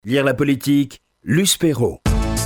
Lire la politique, Luce Perrault.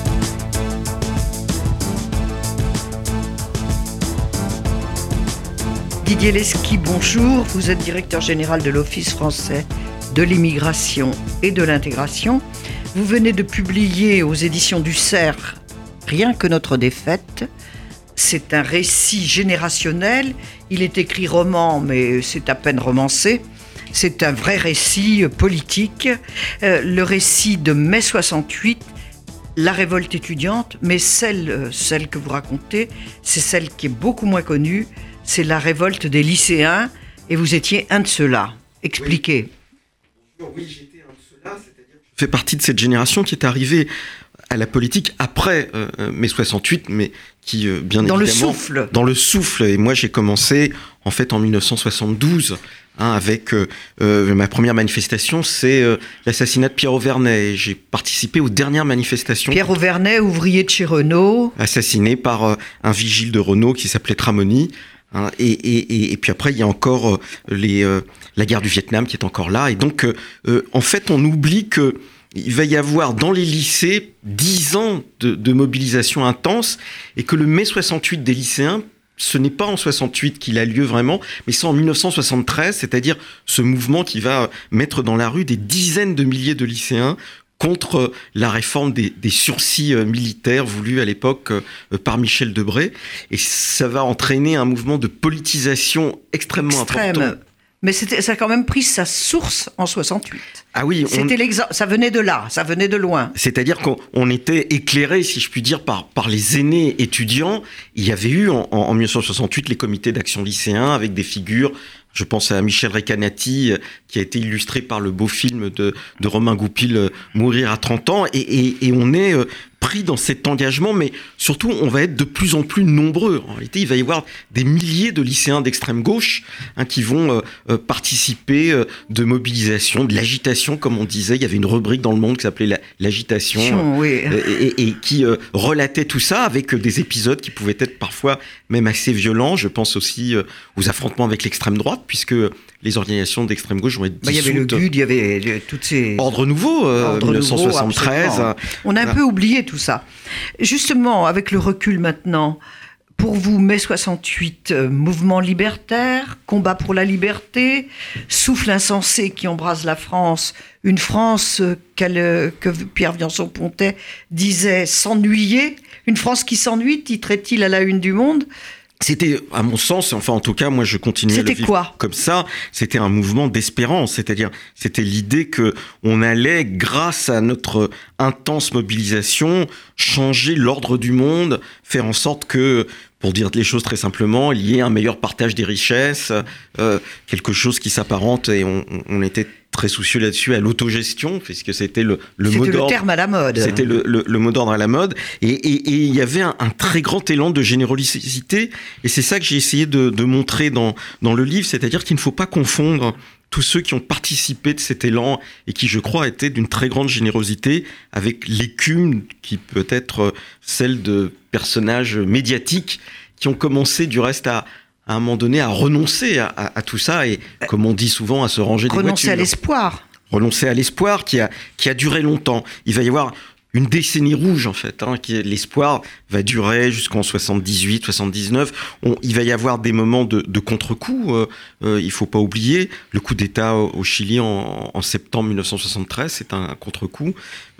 Didier Lesky, bonjour. Vous êtes directeur général de l'Office français de l'immigration et de l'intégration. Vous venez de publier aux éditions du Cerf « Rien que notre défaite ». C'est un récit générationnel. Il est écrit roman, mais c'est à peine romancé. C'est un vrai récit politique. Le récit de mai 68, la révolte étudiante, mais celle que vous racontez, c'est celle qui est beaucoup moins connue. C'est la révolte des lycéens, et vous étiez un de ceux-là. Expliquez. Oui, j'étais un de ceux-là, c'est-à-dire que je fais partie de cette génération qui est arrivée à la politique après mai 68, mais qui, bien dans évidemment... Dans le souffle. Et moi, j'ai commencé, en fait, en 1972, avec ma première manifestation, c'est l'assassinat de Pierre Auvernay. Et j'ai participé aux dernières manifestations. Pierre Auvernay, ouvrier de chez Renault. Assassiné par un vigile de Renault qui s'appelait Tramoni. Et puis après, il y a encore la guerre du Vietnam qui est encore là. Et donc, en fait, on oublie que il va y avoir dans les lycées 10 ans de mobilisation intense et que le mai 68 des lycéens, ce n'est pas en 68 qu'il a lieu vraiment, mais c'est en 1973, c'est-à-dire ce mouvement qui va mettre dans la rue des dizaines de milliers de lycéens contre la réforme des sursis militaires voulus à l'époque par Michel Debré. Et ça va entraîner un mouvement de politisation extrêmement important. Mais ça a quand même pris sa source en 68. Ah oui, ça venait de là, ça venait de loin. C'est-à-dire qu'on était éclairé, si je puis dire, par les aînés étudiants. Il y avait eu en 1968 les comités d'action lycéens avec des figures. Je pense à Michel Recanati, qui a été illustré par le beau film de Romain Goupil, Mourir à 30 ans. Et on est pris dans cet engagement, mais surtout, on va être de plus en plus nombreux. En réalité, il va y avoir des milliers de lycéens d'extrême gauche qui vont participer de mobilisation, de l'agitation, comme on disait. Il y avait une rubrique dans Le Monde qui s'appelait l'agitation, oui. et qui relatait tout ça avec des épisodes qui pouvaient être parfois même assez violents. Je pense aussi aux affrontements avec l'extrême droite, puisque les organisations d'extrême gauche vont être dissoutes. Il y avait le GUD, il y avait toutes ces... Ordre Nouveau, 1973. Nouveau, on a un peu oublié tout ça. Justement, avec le recul maintenant, pour vous, mai 68, mouvement libertaire, combat pour la liberté, souffle insensé qui embrase la France, une France que Pierre Viançon-Pontet disait s'ennuyer, une France qui s'ennuie, titrait-il à la une du Monde. C'était, à mon sens, enfin en tout cas, moi je continuais à le vivre comme ça, c'était un mouvement d'espérance, c'est-à-dire c'était l'idée que on allait, grâce à notre intense mobilisation, changer l'ordre du monde, faire en sorte que, pour dire les choses très simplement, il y ait un meilleur partage des richesses, quelque chose qui s'apparente, et on était très soucieux là-dessus, à l'autogestion, puisque c'était le mot d'ordre. Le terme à la mode. C'était le mot d'ordre à la mode. Et il y avait un très grand élan de générosité. Et c'est ça que j'ai essayé de montrer dans le livre, c'est-à-dire qu'il ne faut pas confondre tous ceux qui ont participé de cet élan et qui, je crois, étaient d'une très grande générosité, avec l'écume qui peut être celle de personnages médiatiques qui ont commencé, du reste, à un moment donné, à renoncer à tout ça et, comme on dit souvent, à se ranger des voitures. Renoncer à l'espoir. Renoncer à l'espoir qui a duré longtemps. Il va y avoir une décennie rouge, en fait. L'espoir va durer jusqu'en 78, 79. Il va y avoir des moments de contre-coup. Il faut pas oublier le coup d'État au Chili en septembre 1973. C'est un contre-coup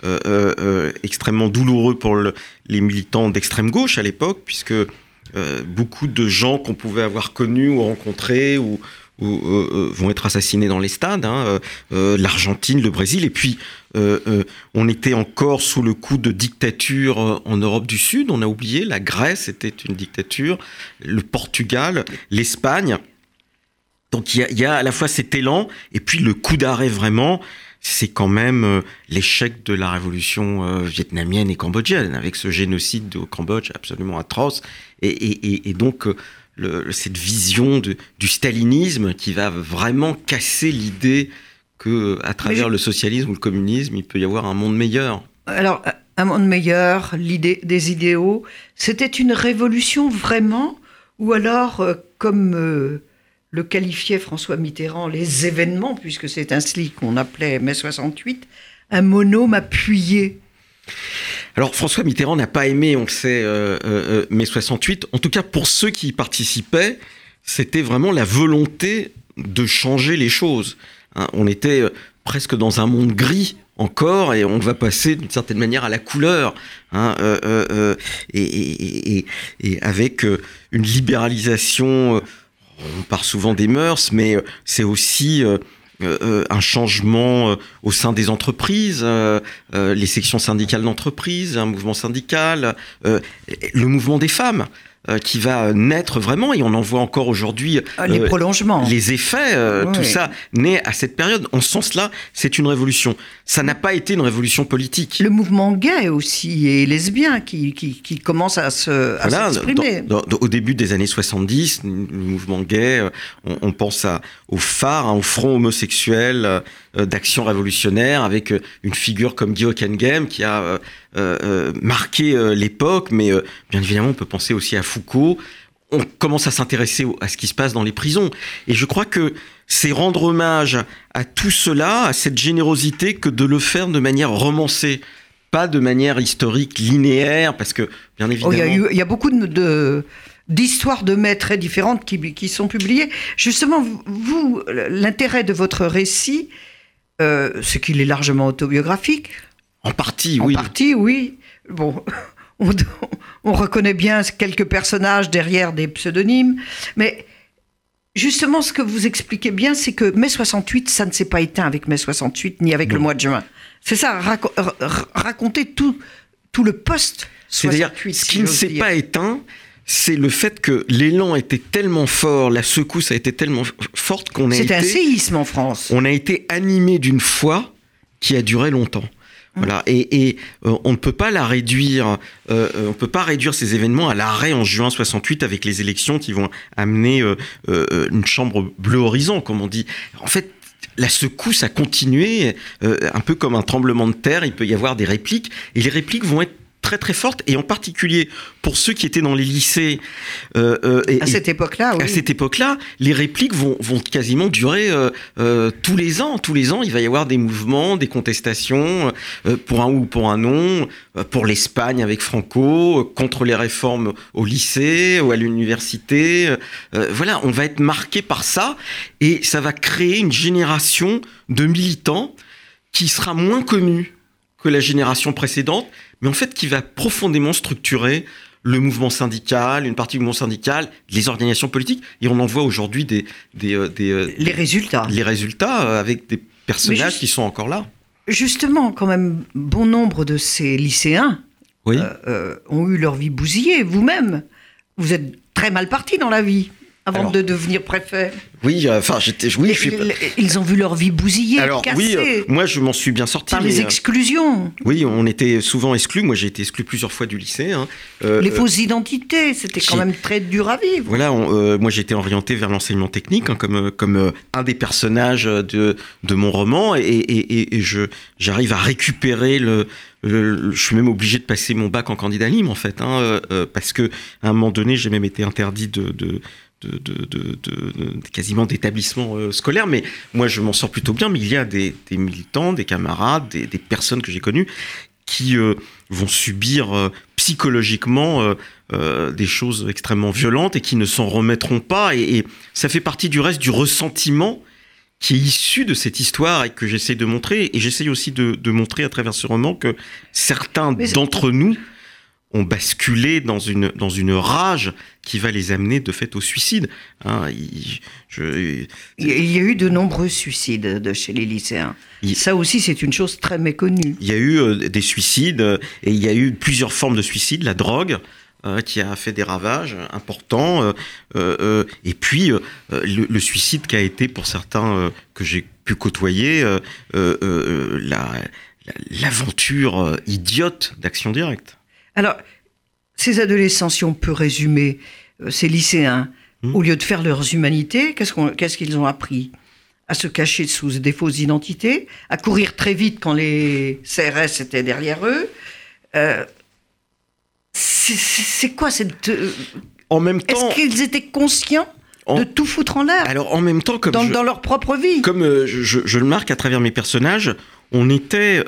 extrêmement douloureux pour les militants d'extrême gauche à l'époque, puisque beaucoup de gens qu'on pouvait avoir connus ou rencontrés ou vont être assassinés dans les stades, l'Argentine, le Brésil, et puis on était encore sous le coup de dictature en Europe du Sud, on a oublié, la Grèce était une dictature, le Portugal, l'Espagne. Donc il y a à la fois cet élan, et puis le coup d'arrêt vraiment, c'est quand même l'échec de la révolution vietnamienne et cambodgienne, avec ce génocide au Cambodge absolument atroce, et donc cette vision du stalinisme qui va vraiment casser l'idée qu'à travers le socialisme ou le communisme, il peut y avoir un monde meilleur. Alors, un monde meilleur, l'idée des idéaux, c'était une révolution vraiment, ou alors, comme le qualifiait François Mitterrand, les événements, puisque c'est ainsi qu'on appelait mai 68, un monôme appuyé. Alors François Mitterrand n'a pas aimé, on le sait, mai 68. En tout cas, pour ceux qui y participaient, c'était vraiment la volonté de changer les choses. Hein, on était presque dans un monde gris encore, et on va passer d'une certaine manière à la couleur, hein, et avec une libéralisation. On parle souvent des mœurs, mais c'est aussi un changement au sein des entreprises, les sections syndicales d'entreprise, un mouvement syndical, le mouvement des femmes qui va naître vraiment, et on en voit encore aujourd'hui les prolongements, les effets, tout ça naît à cette période. En ce sens-là, c'est une révolution. Ça n'a pas été une révolution politique. Le mouvement gay aussi et lesbien qui commence à s'exprimer. Au début des années 70, le mouvement gay, on pense au phare, au front homosexuel d'action révolutionnaire, avec une figure comme Guy Hockenheim qui a marqué l'époque, mais bien évidemment on peut penser aussi à Foucault. On commence à s'intéresser à ce qui se passe dans les prisons, et je crois que c'est rendre hommage à tout cela, à cette générosité, que de le faire de manière romancée, pas de manière historique, linéaire, parce que bien évidemment... Il y a beaucoup d'histoires de mai très différentes qui sont publiées. Justement, vous, l'intérêt de votre récit, c'est qu'il est largement autobiographique. En partie, oui. En partie, oui. Bon, on reconnaît bien quelques personnages derrière des pseudonymes, mais justement, ce que vous expliquez bien, c'est que mai 68, ça ne s'est pas éteint avec mai 68, ni avec le mois de juin. C'est ça, raconter tout le post-68. C'est-à-dire, ce qui ne s'est pas éteint, c'est le fait que l'élan était tellement fort, la secousse a été tellement forte qu'on a C'était un séisme en France. On a été animé d'une foi qui a duré longtemps. Voilà. Et on ne peut pas la réduire, on peut pas réduire ces événements à l'arrêt en juin 68 avec les élections qui vont amener une chambre bleu horizon, comme on dit. En fait, la secousse a continué, un peu comme un tremblement de terre. Il peut y avoir des répliques, et les répliques vont être très très forte, et en particulier pour ceux qui étaient dans les lycées à cette époque-là, oui. À cette époque-là, les répliques vont quasiment durer tous les ans. Tous les ans, il va y avoir des mouvements, des contestations pour un ou pour un non, pour l'Espagne avec Franco, contre les réformes au lycée ou à l'université. Voilà, on va être marqué par ça, et ça va créer une génération de militants qui sera moins connue que la génération précédente, mais en fait qui va profondément structurer le mouvement syndical, une partie du mouvement syndical, les organisations politiques, et on en voit aujourd'hui les résultats. Les résultats avec des personnages qui sont encore là. Justement, quand même, bon nombre de ces lycéens ont eu leur vie bousillée. Vous-même, vous êtes très mal parti dans la vie avant de devenir préfet. Oui, enfin, ils ont vu leur vie bousillée, cassée. Oui, moi, je m'en suis bien sorti. Par les exclusions. Oui, on était souvent exclus. Moi, j'ai été exclu plusieurs fois du lycée. Hein. Les fausses identités, c'était quand même très dur à vivre. Voilà, moi, j'ai été orienté vers l'enseignement technique, hein, comme un des personnages de mon roman, et j'arrive à récupérer je suis même obligé de passer mon bac en candidat libre, en fait, hein, parce que à un moment donné, j'ai même été interdit de quasiment d'établissement scolaire, mais moi je m'en sors plutôt bien. Mais il y a des militants, des camarades, des personnes que j'ai connues qui vont subir psychologiquement des choses extrêmement violentes et qui ne s'en remettront pas, et ça fait partie du reste du ressentiment qui est issu de cette histoire et que j'essaie de montrer, et j'essaie aussi de montrer à travers ce roman que certains d'entre nous ont basculé dans une rage qui va les amener de fait au suicide. Hein, il y a eu de nombreux suicides chez les lycéens. Ça aussi, c'est une chose très méconnue. Il y a eu des suicides, et il y a eu plusieurs formes de suicide. La drogue, qui a fait des ravages importants, et puis le suicide qui a été, pour certains que j'ai pu côtoyer, l'aventure idiote d'Action Directe. Alors, ces adolescents, si on peut résumer, ces lycéens, au lieu de faire leurs humanités, qu'est-ce qu'ils ont appris ? À se cacher sous des fausses identités, à courir très vite quand les CRS étaient derrière eux. C'est quoi cette... En même temps... Est-ce qu'ils étaient conscients de tout foutre en l'air ? Alors, en même temps, dans leur propre vie. Comme je le marque à travers mes personnages, on était,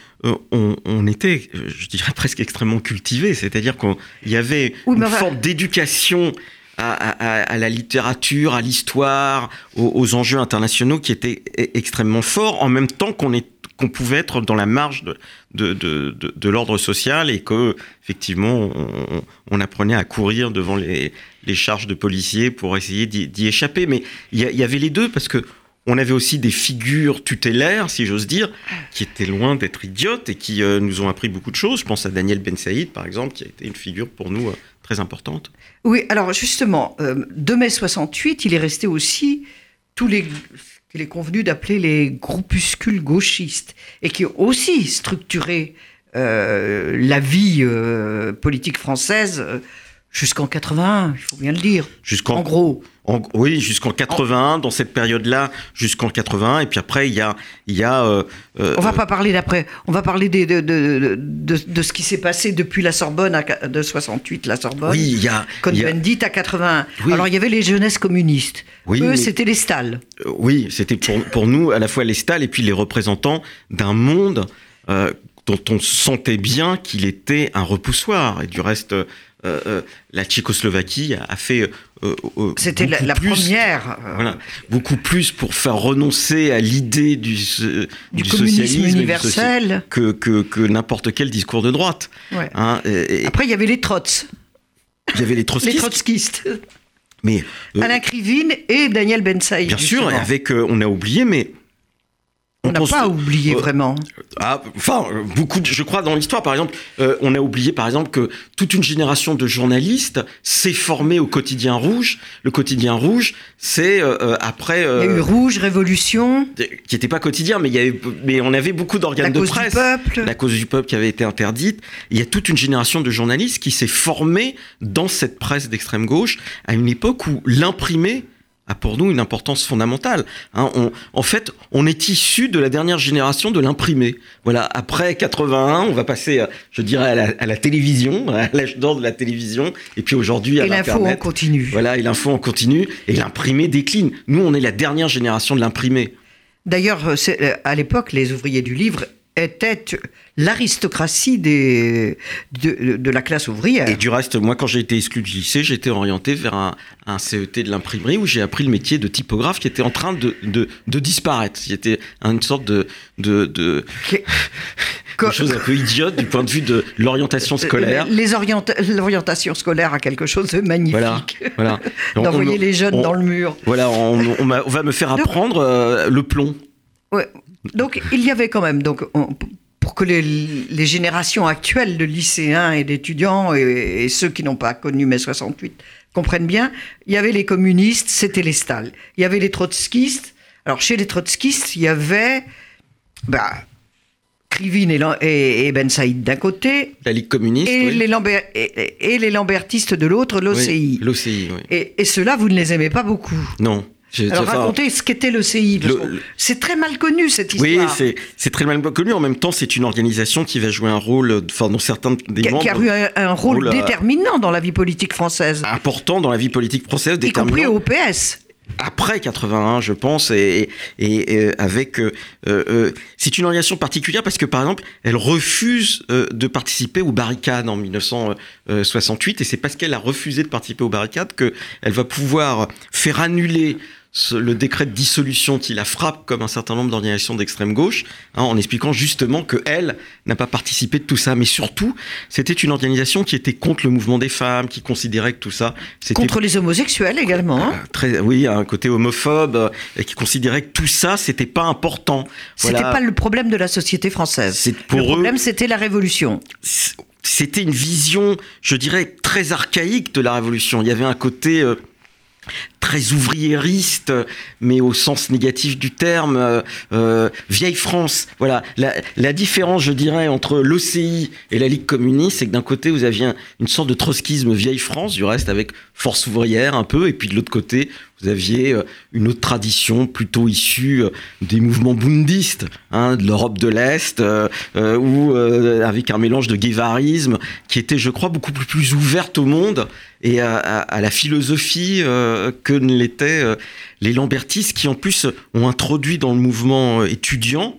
je dirais presque extrêmement cultivés, c'est-à-dire qu'il y avait une forme d'éducation à la littérature, à l'histoire, aux enjeux internationaux qui étaient extrêmement forts, en même temps qu'on pouvait être dans la marge de l'ordre social et que effectivement on apprenait à courir devant les charges de policiers pour essayer d'y échapper. Mais il y avait les deux, parce que on avait aussi des figures tutélaires, si j'ose dire, qui étaient loin d'être idiotes et qui nous ont appris beaucoup de choses. Je pense à Daniel Ben Saïd, par exemple, qui a été une figure pour nous très importante. Oui, alors justement, de mai 68, il est resté aussi tous les qu'il est convenu d'appeler les groupuscules gauchistes, et qui ont aussi structuré la vie politique française jusqu'en 81, il faut bien le dire. En gros. Oui, jusqu'en 81, dans cette période-là, jusqu'en 81, et puis après, il y a on va pas parler d'après, on va parler de ce qui s'est passé depuis la Sorbonne, de 68, la Sorbonne, oui, Cohn-Bendit à 81. Oui. Alors, il y avait les jeunesses communistes. Oui, eux, c'était les Stalles. Oui, c'était pour nous, à la fois les Stalles et puis les représentants d'un monde dont on sentait bien qu'il était un repoussoir. Et du reste... la Tchécoslovaquie a fait c'était la première voilà, beaucoup plus pour faire renoncer à l'idée du communisme universel que n'importe quel discours de droite. Ouais. Après il y avait les Trots. Il y avait les trotskistes. Mais Alain Krivine et Daniel Ben Saïd. Bien sûr, et avec on a oublié, mais on n'a pas oublié vraiment. Beaucoup, je crois, dans l'histoire, par exemple, on a oublié, par exemple, que toute une génération de journalistes s'est formée au Quotidien Rouge. Le Quotidien Rouge, c'est après... il y a eu Rouge, Révolution... Qui n'était pas quotidien, mais on avait beaucoup d'organes de presse. La Cause du Peuple qui avait été interdite. Il y a toute une génération de journalistes qui s'est formée dans cette presse d'extrême gauche à une époque où l'imprimé a pour nous une importance fondamentale. En fait, on est issu de la dernière génération de l'imprimé. Voilà, après 81, on va passer, je dirais, à la télévision, à l'âge d'or de la télévision, et puis aujourd'hui à l'Internet. Et l'info en continu. Voilà, et l'info en continu, et l'imprimé décline. Nous, on est la dernière génération de l'imprimé. D'ailleurs, à l'époque, les ouvriers du livre étaient l'aristocratie de la classe ouvrière. Et du reste, moi, quand j'ai été exclu du lycée, j'ai été orienté vers un CET de l'imprimerie où j'ai appris le métier de typographe qui était en train de disparaître. C'était une sorte de chose un peu idiote du point de vue de l'orientation scolaire. L'orientation scolaire a quelque chose de magnifique. Voilà. D'envoyer les jeunes dans le mur. Voilà, on va me faire apprendre le plomb. Ouais. Donc, il y avait quand même... pour que les générations actuelles de lycéens et d'étudiants et ceux qui n'ont pas connu mai 68 comprennent bien, il y avait les communistes, c'était les Stalles. Il y avait les trotskistes. Alors, chez les trotskistes, il y avait Krivine et Ben Saïd d'un côté. La Ligue communiste, et les lambertistes de l'autre, l'OCI. Oui, l'OCI, oui. Et ceux-là, vous ne les aimez pas beaucoup. Non. Alors racontez ce qu'était l'OCI, c'est très mal connu cette histoire. Oui, c'est très mal connu. En même temps, c'est une organisation qui va jouer un rôle, dans certains des membres... Qui a eu un rôle déterminant dans la vie politique française. Important dans la vie politique française, y compris au PS. Après 81, je pense, et avec... c'est une organisation particulière parce que, par exemple, elle refuse de participer aux barricades en 1968, et c'est parce qu'elle a refusé de participer aux barricades qu'elle va pouvoir faire annuler le décret de dissolution qui la frappe comme un certain nombre d'organisations d'extrême gauche, en expliquant justement qu'elle n'a pas participé de tout ça. Mais surtout, c'était une organisation qui était contre le mouvement des femmes, qui considérait que tout ça... Contre les homosexuels également. Oui, un côté homophobe, et qui considérait que tout ça, c'était pas important. C'était pas le problème de la société française. Le problème, c'était la Révolution. C'était une vision, je dirais, très archaïque de la Révolution. Il y avait un côté... très ouvriériste, mais au sens négatif du terme, vieille France. Voilà, la différence, je dirais, entre l'OCI et la Ligue communiste, c'est que d'un côté, vous aviez une sorte de trotskisme vieille France, du reste avec force ouvrière un peu, et puis de l'autre côté, vous aviez une autre tradition plutôt issue des mouvements bundistes, de l'Europe de l'Est, ou avec un mélange de guévarisme qui était, je crois, beaucoup plus ouverte au monde et à la philosophie que ne l'étaient les lambertistes, qui en plus ont introduit dans le mouvement étudiant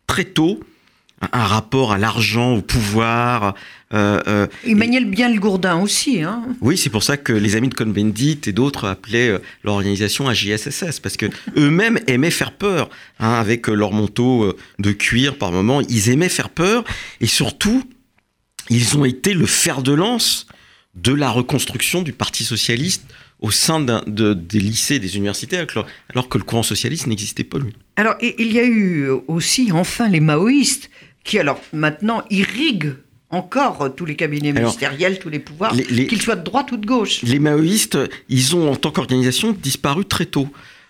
très tôt un rapport à l'argent, au pouvoir. Il maniait bien le gourdin aussi. Hein. Oui, c'est pour ça que les amis de Cohn-Bendit et d'autres appelaient l'organisation AJSSS, parce que eux-mêmes aimaient faire peur, avec leur manteau de cuir par moment. Ils aimaient faire peur, et surtout, ils ont été le fer de lance de la reconstruction du Parti socialiste au sein des lycées, des universités, alors que le courant socialiste n'existait pas, lui. Alors, il y a eu aussi, enfin, les maoïstes, qui, alors, maintenant, irriguent encore tous les cabinets ministériels, tous les pouvoirs, qu'ils soient de droite ou de gauche. Les maoïstes, ils ont, en tant qu'organisation, disparu très tôt.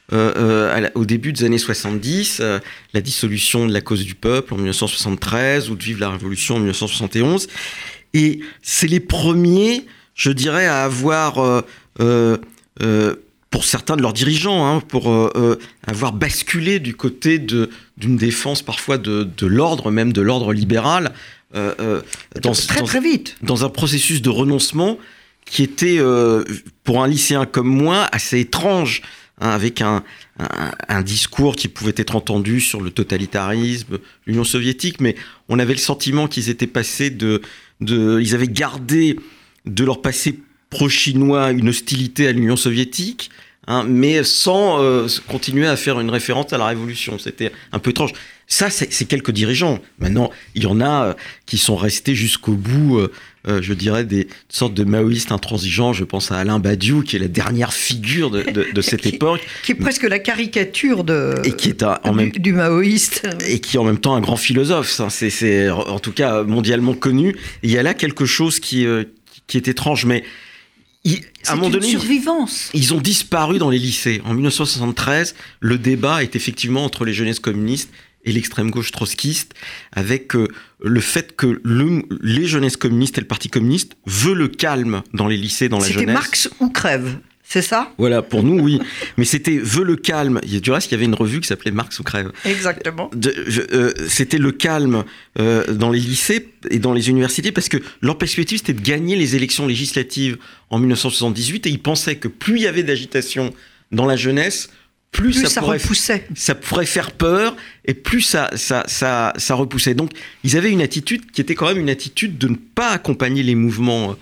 Au début des années 70, la dissolution de la Cause du Peuple en 1973, ou de Vive la Révolution en 1971. Et c'est les premiers, je dirais, à avoir, pour certains de leurs dirigeants, pour avoir basculé du côté d'une défense parfois de l'ordre, même de l'ordre libéral, très vite. Dans un processus de renoncement qui était, pour un lycéen comme moi, assez étrange, avec un discours qui pouvait être entendu sur le totalitarisme, l'Union soviétique, mais on avait le sentiment qu'ils étaient passés ils avaient gardé de leur passé pro-chinois une hostilité à l'Union soviétique, mais sans continuer à faire une référence à la révolution. C'était un peu étrange. Ça, c'est quelques dirigeants. Maintenant, il y en a qui sont restés jusqu'au bout, je dirais, des sortes de maoïstes intransigeants. Je pense à Alain Badiou, qui est la dernière figure de cette époque. Qui est presque la caricature et qui est du maoïste. Et qui est en même temps un grand philosophe. C'est en tout cas mondialement connu. Et il y a là quelque chose qui est étrange, mais... à un moment donné, ils ont disparu dans les lycées. En 1973, le débat est effectivement entre les jeunesses communistes et l'extrême gauche trotskiste, avec le fait que les jeunesses communistes et le Parti communiste veut le calme dans les lycées, dans la jeunesse. C'était Marx ou crève, c'est ça ? Voilà, pour nous, oui. Mais c'était veut le calme. Du reste, il y avait une revue qui s'appelait Marx ou crève. Exactement. C'était le calme dans les lycées et dans les universités, parce que leur perspective, c'était de gagner les élections législatives en 1978, et ils pensaient que plus il y avait d'agitation dans la jeunesse, plus ça pourrait faire peur, et plus ça repoussait. Donc, ils avaient une attitude qui était quand même une attitude de ne pas accompagner les mouvements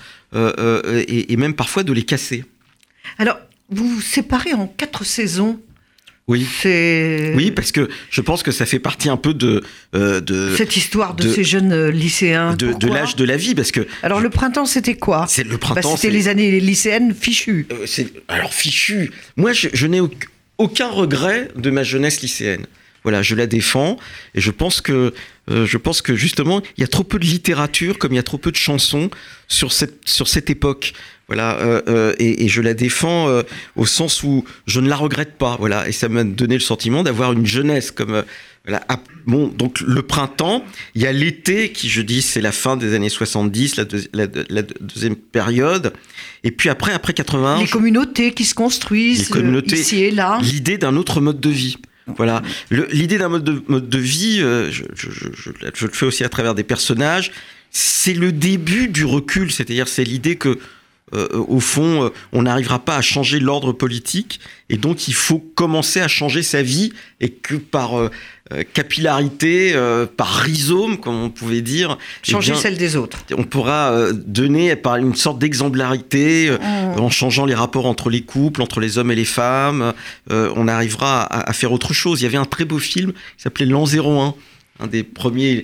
et même parfois de les casser. Alors, vous vous séparez en 4 saisons. Oui. Oui, parce que je pense que ça fait partie un peu de cette histoire de ces jeunes lycéens. De l'âge de la vie, parce que... Alors, le printemps, c'était quoi ? C'était les années lycéennes fichues. Alors, fichues. Moi, je n'ai aucun regret de ma jeunesse lycéenne. Voilà, je la défends, et je pense que justement, il y a trop peu de littérature, comme il y a trop peu de chansons sur cette époque. Voilà, et je la défends au sens où je ne la regrette pas. Voilà, et ça m'a donné le sentiment d'avoir une jeunesse comme... Voilà. Bon, donc le printemps, il y a l'été qui, je dis, c'est la fin des années 70, la deuxième période. Et puis après 81... Les communautés qui se construisent ici et là. L'idée d'un autre mode de vie. Voilà. L'idée d'un mode de vie, je le fais aussi à travers des personnages, c'est le début du recul. C'est-à-dire, c'est l'idée que au fond, on n'arrivera pas à changer l'ordre politique, et donc il faut commencer à changer sa vie, et que par capillarité, par rhizome, comme on pouvait dire, changer celle des autres. On pourra donner par une sorte d'exemplarité, en changeant les rapports entre les couples, entre les hommes et les femmes, on arrivera à faire autre chose. Il y avait un très beau film qui s'appelait L'An 01, un des premiers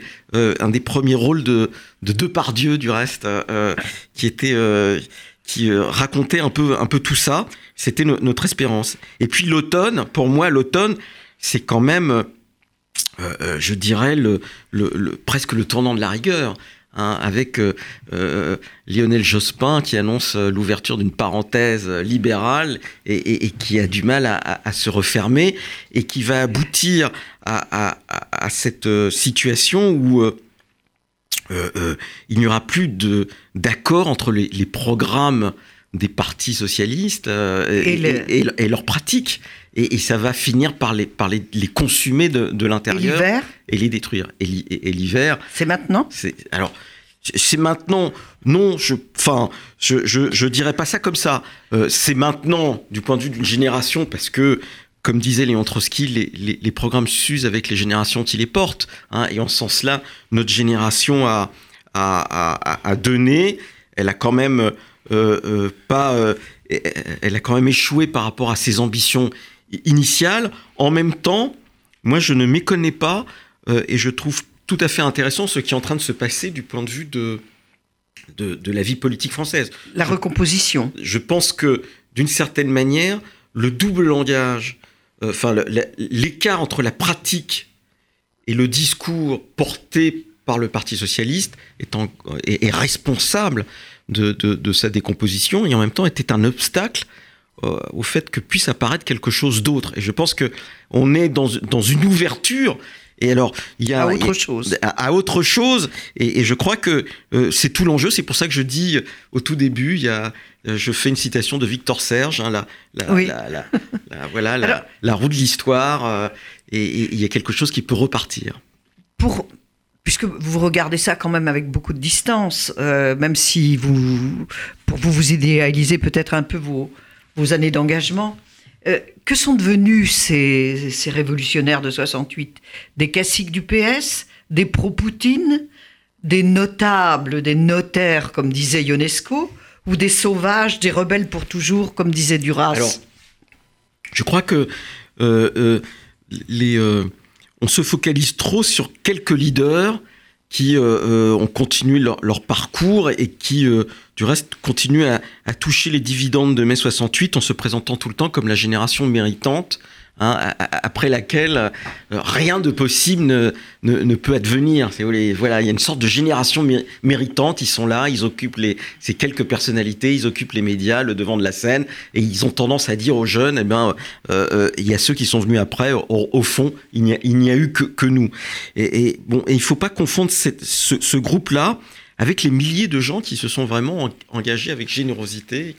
rôles de Depardieu, du reste, qui racontait un peu tout ça. C'était notre espérance. Et puis l'automne, pour moi, c'est quand même, je dirais, presque le tournant de la rigueur, avec Lionel Jospin qui annonce l'ouverture d'une parenthèse libérale et qui a du mal à se refermer, et qui va aboutir à cette situation où il n'y aura plus d'accord entre les programmes des partis socialistes et leurs pratiques, et ça va finir par les consumer de l'intérieur et les détruire. Et l'hiver, c'est maintenant. C'est maintenant. Non, je dirais pas ça comme ça. C'est maintenant du point de vue d'une génération, parce que comme disait Léon Trotsky, les programmes s'usent avec les générations qui les portent. Hein, et en ce sens-là, notre génération a donné, elle a quand même elle a quand même échoué par rapport à ses ambitions initiales. En même temps, moi, je ne méconnais pas et je trouve tout à fait intéressant ce qui est en train de se passer du point de vue de la vie politique française. La recomposition. Je pense que, d'une certaine manière, le double langage, l'écart entre la pratique et le discours porté par le Parti socialiste est responsable de sa décomposition et en même temps était un obstacle au fait que puisse apparaître quelque chose d'autre. Et je pense qu'on est dans une ouverture. Et alors, il y a à autre chose, et je crois que c'est tout l'enjeu. C'est pour ça que je dis au tout début, je fais une citation de Victor Serge, hein, la roue de l'histoire, et il y a quelque chose qui peut repartir. Puisque vous regardez ça quand même avec beaucoup de distance, même si vous idéalisez peut-être un peu vos années d'engagement. Que sont devenus ces révolutionnaires de 68 ? Des caciques du PS ? Des pro-Poutine ? Des notables, des notaires, comme disait Ionesco ? Ou des sauvages, des rebelles pour toujours, comme disait Duras ? Alors, je crois que on se focalise trop sur quelques leaders qui ont continué leur parcours et qui, du reste, continuent à toucher les dividendes de mai 68 en se présentant tout le temps comme la génération méritante, hein, après laquelle rien de possible ne peut advenir. Voilà, il y a une sorte de génération méritante, ils sont là, ils occupent ces quelques personnalités, ils occupent les médias, le devant de la scène, et ils ont tendance à dire aux jeunes, il y a ceux qui sont venus après, au fond, il n'y a eu que nous. Et il ne faut pas confondre ce groupe-là avec les milliers de gens qui se sont vraiment engagés avec générosité,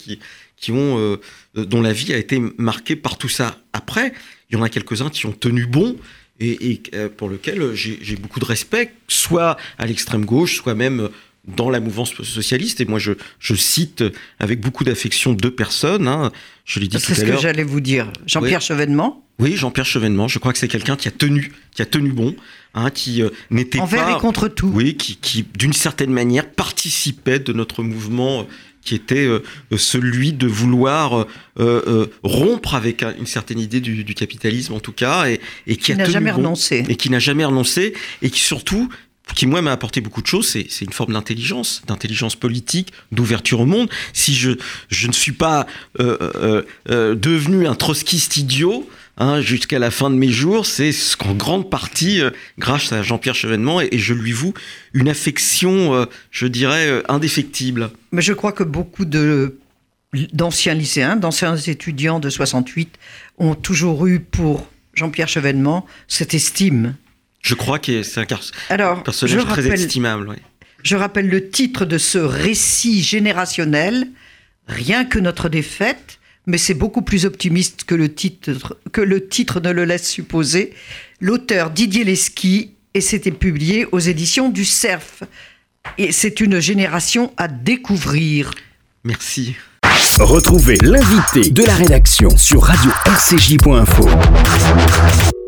dont la vie a été marquée par tout ça. Après, il y en a quelques-uns qui ont tenu bon et pour lesquels j'ai beaucoup de respect, soit à l'extrême gauche, soit même dans la mouvance socialiste. Et moi, je cite avec beaucoup d'affection 2 personnes. Hein. Je l'ai dit tout à l'heure. C'est ce que j'allais vous dire. Jean-Pierre Chevènement. Oui, Jean-Pierre Chevènement. Je crois que c'est quelqu'un qui a tenu bon, hein, qui n'était envers et contre tout. Oui, qui d'une certaine manière participait de notre mouvement qui était celui de vouloir rompre avec une certaine idée du capitalisme en tout cas, et qui n'a jamais renoncé. Et qui n'a jamais renoncé, et qui surtout, qui moi m'a apporté beaucoup de choses, c'est une forme d'intelligence politique, d'ouverture au monde. Si je ne suis pas devenu un trotskiste idiot, hein, jusqu'à la fin de mes jours, c'est en grande partie grâce à Jean-Pierre Chevènement, et je lui voue une affection, je dirais, indéfectible. Mais je crois que beaucoup d'anciens lycéens, d'anciens étudiants de 68 ont toujours eu pour Jean-Pierre Chevènement cette estime. Je crois que c'est un personnage très estimable. Oui. Je rappelle le titre de ce récit générationnel, Rien que notre défaite, mais c'est beaucoup plus optimiste que le titre ne le laisse supposer. L'auteur Didier Lesky, et c'était publié aux éditions du Cerf. Et c'est une génération à découvrir. Merci. Retrouvez l'invité de la rédaction sur radio-rcj.info.